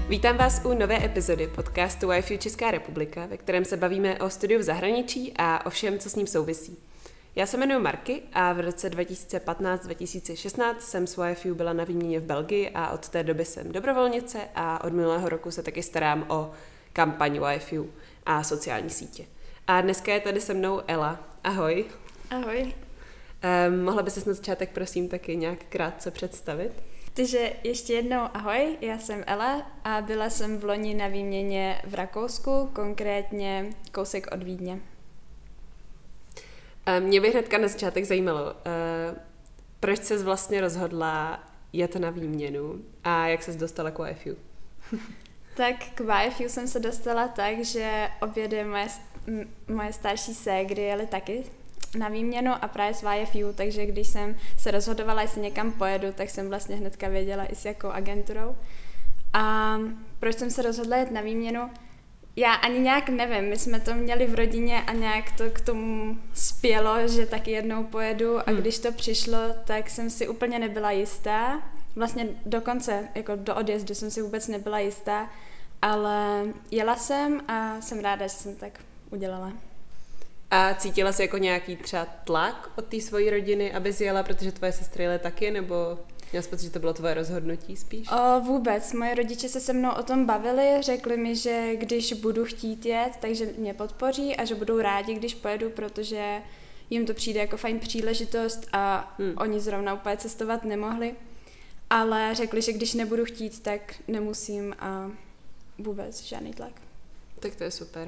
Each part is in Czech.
Vítám vás u nové epizody podcastu YFU Česká republika, ve kterém se bavíme o studiu v zahraničí a o všem, co s ním souvisí. Já se jmenuji Marky a v roce 2015-2016 jsem s YFU byla na výměně v Belgii a od té doby jsem dobrovolnice a od minulého roku se taky starám o kampaň YFU a sociální sítě. A dneska je tady se mnou Ela. Ahoj. Ahoj. Mohla by ses na začátek prosím taky nějak krátce představit? Takže ještě jednou ahoj, já jsem Ela a byla jsem v loni na výměně v Rakousku, konkrétně kousek od Vídně. Mě by hnedka na začátek zajímalo, proč ses vlastně rozhodla jet na výměnu a jak ses dostala k YFU? Tak k YFU jsem se dostala tak, že obě dvě moje starší ségry jeli taky na výměnu a právě s YFU, takže když jsem se rozhodovala, jestli někam pojedu, tak jsem vlastně hnedka věděla i s jakou agenturou. A proč jsem se rozhodla jet na výměnu? Já ani nějak nevím, my jsme to měli v rodině a nějak to k tomu spělo, že taky jednou pojedu a když to přišlo, tak jsem si úplně nebyla jistá. Vlastně dokonce, jako do odjezdu jsem si vůbec nebyla jistá, ale jela jsem a jsem ráda, že jsem tak udělala. A cítila jsi jako nějaký třeba tlak od té svojí rodiny, abys jela, protože tvoje sestry jeli taky, nebo měla jsi pocit, že to bylo tvoje rozhodnutí spíš? Vůbec. Moje rodiče se mnou o tom bavili, řekli mi, že když budu chtít jet, takže mě podpoří a že budou rádi, když pojedu, protože jim to přijde jako fajn příležitost a oni zrovna úplně cestovat nemohli. Ale řekli, že když nebudu chtít, tak nemusím a vůbec žádný tlak. Tak to je super.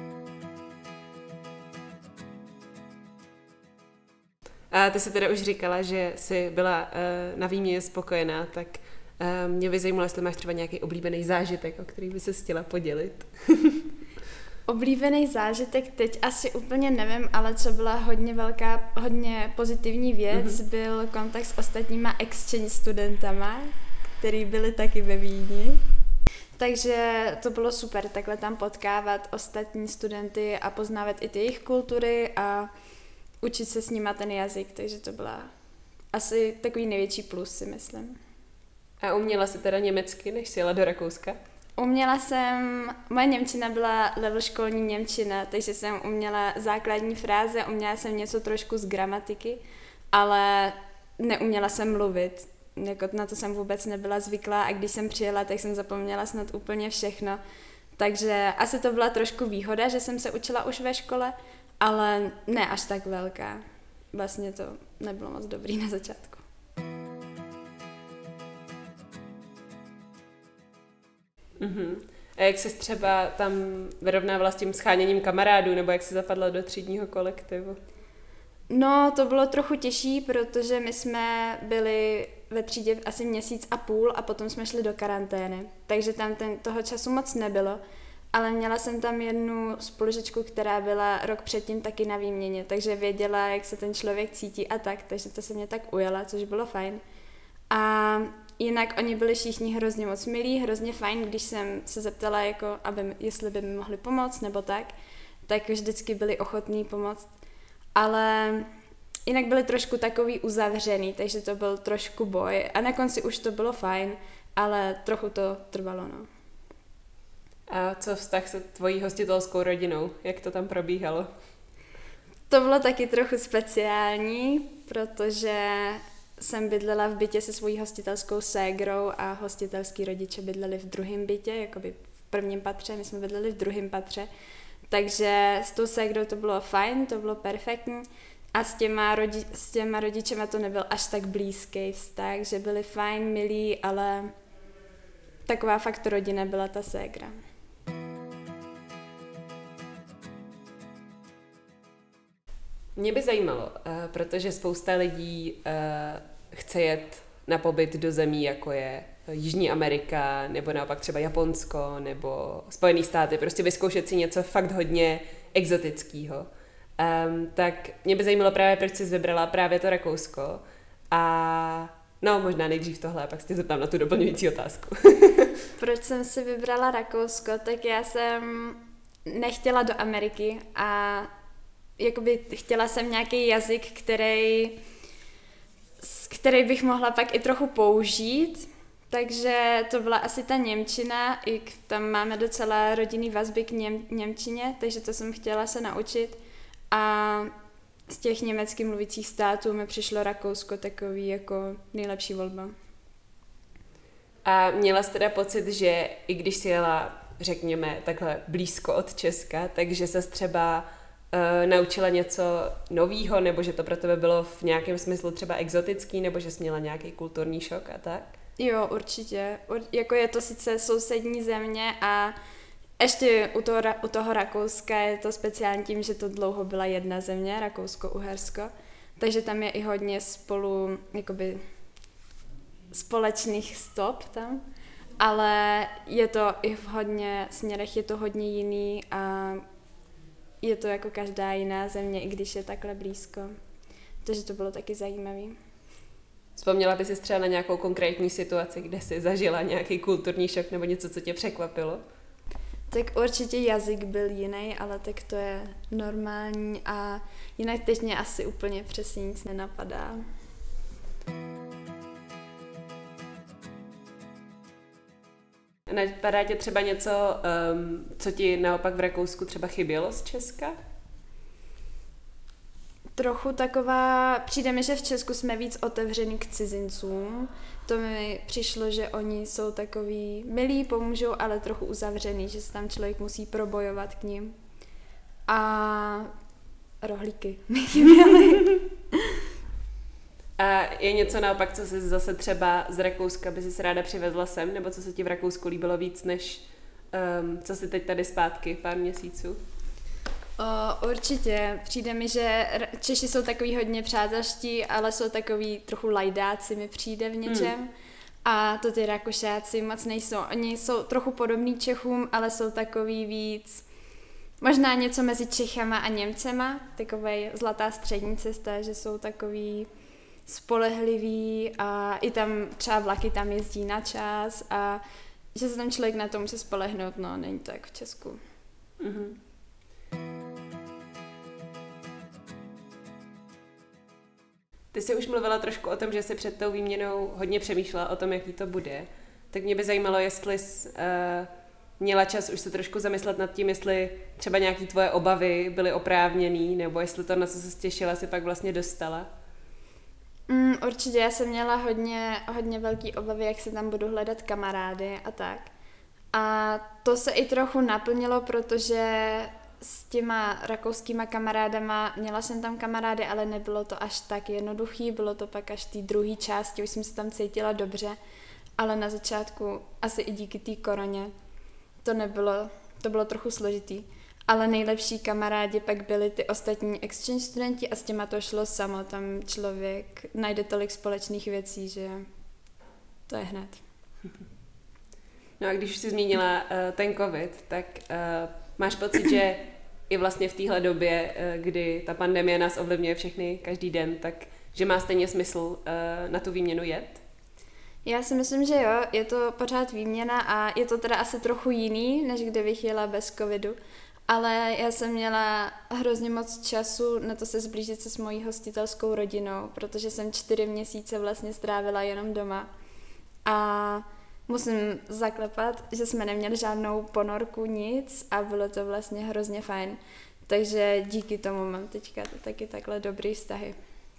A ty jsi teda už říkala, že jsi byla na výměně spokojená, tak mě by zajímalo, jestli máš třeba nějaký oblíbený zážitek, o který by se chtěla podělit. Oblíbený zážitek teď asi úplně nevím, ale co byla hodně pozitivní věc, byl kontakt s ostatníma exchange studentama, který byli taky ve Vídni. Takže to bylo super, takhle tam potkávat ostatní studenty a poznávat i ty jejich kultury a učit se s nima ten jazyk, takže to byla asi takový největší plus, si myslím. A uměla jsi teda německy, než jsi jela do Rakouska? Uměla jsem, moje němčina byla level školní němčina, takže jsem uměla základní fráze, uměla jsem něco trošku z gramatiky, ale neuměla jsem mluvit. Jako na to jsem vůbec nebyla zvyklá a když jsem přijela, tak jsem zapomněla snad úplně všechno. Takže asi to byla trošku výhoda, že jsem se učila už ve škole, ale ne až tak velká. Vlastně to nebylo moc dobrý na začátku. A jak jsi třeba tam vyrovnávala s tím scháněním kamarádů, nebo jak jsi zapadla do třídního kolektivu? No, to bylo trochu těžší, protože my jsme byli ve třídě asi měsíc a půl a potom jsme šli do karantény. Takže tam toho času moc nebylo. Ale měla jsem tam jednu spolužečku, která byla rok předtím taky na výměně, takže věděla, jak se ten člověk cítí a tak, takže to se mě tak ujala, což bylo fajn. A jinak oni byli všichni hrozně moc milí, hrozně fajn, když jsem se zeptala, jako, jestli by mi mohli pomoct nebo tak vždycky byli ochotní pomoct. Ale jinak byli trošku takový uzavřený, takže to byl trošku boj. A na konci už to bylo fajn, ale trochu to trvalo, no. A co vztah se tvojí hostitelskou rodinou? Jak to tam probíhalo? To bylo taky trochu speciální, protože jsem bydlela v bytě se svojí hostitelskou ségrou a hostitelský rodiče bydleli v druhém bytě, jakoby v prvním patře, my jsme bydleli v druhém patře. Takže s tou ségrou to bylo fajn, to bylo perfektní a s těma rodičema to nebyl až tak blízký vztah, že byli fajn, milí, ale taková fakt rodina byla ta ségra. Mě by zajímalo, protože spousta lidí chce jet na pobyt do zemí, jako je Jižní Amerika, nebo naopak třeba Japonsko, nebo Spojené státy, prostě vyzkoušet si něco fakt hodně exotického. Tak mě by zajímalo právě, proč jsi vybrala právě to Rakousko. A no, možná nejdřív tohle, a pak se tě zeptám na tu doplňující otázku. Proč jsem si vybrala Rakousko? Tak já jsem nechtěla do Ameriky a jakoby chtěla jsem nějaký jazyk, který bych mohla pak i trochu použít, Takže to byla asi ta němčina, tam máme docela rodinný vazby k němčině, takže to jsem chtěla se naučit. A z těch německy mluvících států mi přišlo Rakousko takový jako nejlepší volba. A měla jsi teda pocit, že i když jsi jela, řekněme, takhle blízko od Česka, takže ses třeba naučila něco novýho, nebo že to pro tebe bylo v nějakém smyslu třeba exotický, nebo že jsi měla nějaký kulturní šok a tak? Jo, určitě. Jako je to sice sousední země a ještě u toho Rakouska je to speciální tím, že to dlouho byla jedna země, Rakousko-Uhersko, takže tam je i hodně jakoby společných stop tam, ale je to i v hodně směrech, je to hodně jiný a je to jako každá jiná země, i když je takhle blízko. Takže to bylo taky zajímavý. Vzpomněla bys si třeba na nějakou konkrétní situaci, kde jsi zažila nějaký kulturní šok nebo něco, co tě překvapilo? Tak určitě jazyk byl jiný, ale tak to je normální a jinak teď mě asi úplně přesně nic nenapadá. Napadá tě třeba něco, co ti naopak v Rakousku třeba chybělo z Česka? Trochu taková, přijde mi, že v Česku jsme víc otevření k cizincům. To mi přišlo, že oni jsou takový milí, pomůžou, ale trochu uzavřený, že se tam člověk musí probojovat k ním. A rohlíky mi chyběly. A je něco naopak, co jsi zase třeba z Rakouska by si ráda přivezla sem, nebo co se ti v Rakousku líbilo víc, než co jsi teď tady zpátky pár měsíců? Určitě. Přijde mi, že Češi jsou takový hodně přátelští, ale jsou takový trochu lajdáci, mi přijde v něčem. A to ty Rakušáci moc nejsou. Oni jsou trochu podobní Čechům, ale jsou takový víc, možná něco mezi Čechama a Němcema, takovej zlatá střední cesta, že jsou takový spolehliví a i tam třeba vlaky tam jezdí na čas a že se tam člověk na to může spolehnout, no není to jak v Česku. Mm-hmm. Ty jsi už mluvila trošku o tom, že jsi před tou výměnou hodně přemýšlela o tom, jaký to bude. Tak mě by zajímalo, jestli jsi měla čas už se trošku zamyslet nad tím, jestli třeba nějaké tvoje obavy byly oprávněný, nebo jestli to, na co se těšila, si pak vlastně dostala. Určitě, já jsem měla hodně velký obavy, jak se tam budu hledat kamarády a tak. A to se i trochu naplnilo, protože s těma rakouskýma kamarádama, měla jsem tam kamarády, ale nebylo to až tak jednoduchý, bylo to pak až té druhé části, už jsem se tam cítila dobře, ale na začátku, asi i díky té koroně, to bylo trochu složitý. Ale nejlepší kamarádi pak byli ty ostatní exchange studenti a s těma to šlo samo, tam člověk najde tolik společných věcí, že to je hned. No a když už jsi zmínila ten covid, tak máš pocit, že i vlastně v téhle době, kdy ta pandemie nás ovlivňuje všechny každý den, tak že má stejně smysl na tu výměnu jet? Já si myslím, že jo, je to pořád výměna a je to teda asi trochu jiný, než kdybych jela bez covidu, ale já jsem měla hrozně moc času na to se zblížit se s mojí hostitelskou rodinou, protože jsem 4 měsíce vlastně strávila jenom doma a musím zaklepat, že jsme neměli žádnou ponorku, nic a bylo to vlastně hrozně fajn. Takže díky tomu mám teďka taky takhle dobrý vztahy.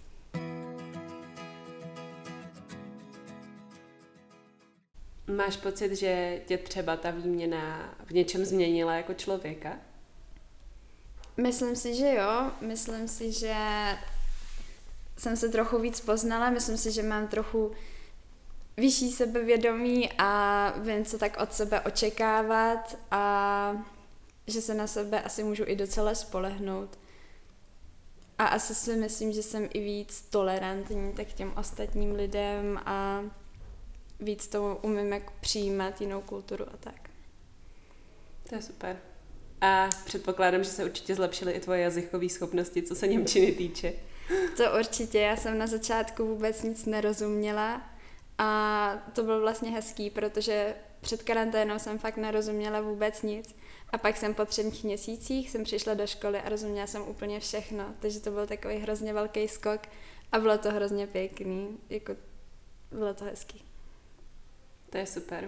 Máš pocit, že tě třeba ta výměna v něčem změnila jako člověka? Myslím si, že jo. Myslím si, že jsem se trochu víc poznala. Myslím si, že mám trochu vyšší sebevědomí a vím, co tak od sebe očekávat a že se na sebe asi můžu i docela spolehnout. A asi si myslím, že jsem i víc tolerantní tak těm ostatním lidem a víc to umím jak přijímat jinou kulturu a tak. To je super. A předpokládám, že se určitě zlepšily i tvoje jazykové schopnosti, co se němčiny týče. To určitě. Já jsem na začátku vůbec nic nerozuměla a to bylo vlastně hezký, protože před karanténou jsem fakt nerozuměla vůbec nic. A pak jsem po 3 měsících jsem přišla do školy a rozuměla jsem úplně všechno. Takže to byl takový hrozně velký skok a bylo to hrozně pěkný. Bylo to hezký. To je super.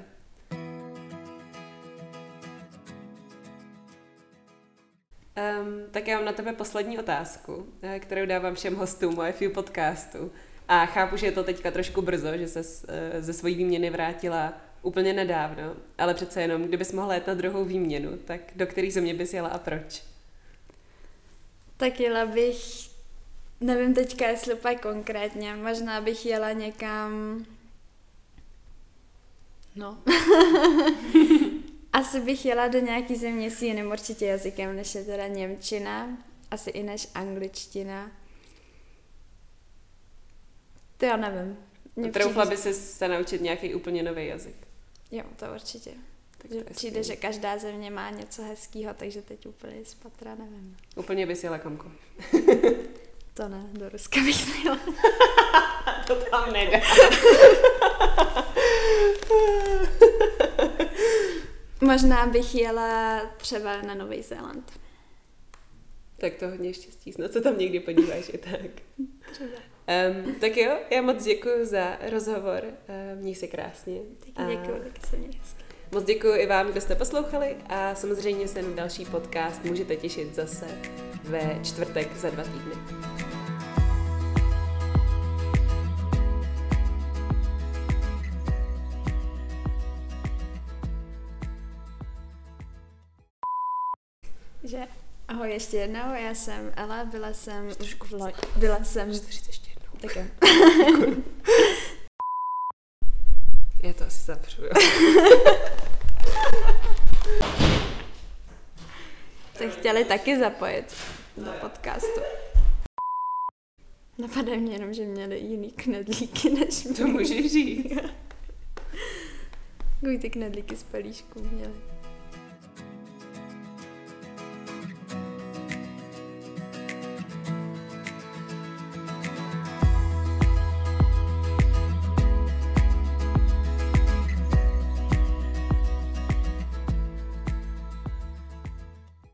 Tak já mám na tebe poslední otázku, kterou dávám všem hostům moje few podcastu. A chápu, že je to teďka trošku brzo, že se ze svojí výměny vrátila úplně nedávno, ale přece jenom, kdybys mohla jet na druhou výměnu, tak do které země bys jela a proč? Tak jela bych, nevím teďka, jestli úplně konkrétně, možná bych jela někam, asi bych jela do nějaký země s jiným určitě jazykem, než je teda němčina, asi i než angličtina. To já nevím. Troufla by se naučit nějaký úplně nový jazyk? Jo, to určitě. Přijde, že každá země má něco hezkýho, takže teď úplně z patra nevím. Úplně bys jela kamkoliv? To ne, do Ruska bych nejela. To tam nedá. Možná bych jela třeba na Nový Zéland. Tak to hodně štěstí, snad se tam někdy podíváš i tak. Tak jo, já moc děkuji za rozhovor, měj se krásně. Taky děkuji, taky se měj hezky. Moc děkuji i vám, kdo jste poslouchali a samozřejmě se na další podcast můžete těšit zase ve čtvrtek za 2 týdny. Že ahoj ještě jednou, já jsem Ela, byla jsem 41. Tak jo. Já to asi zapřu, jo. Se chtěli taky zapojit do podcastu. Napadají mě jenom, že měli jiný knedlíky než mě. To můžeš říct. Takový ty knedlíky z pelíšku měli.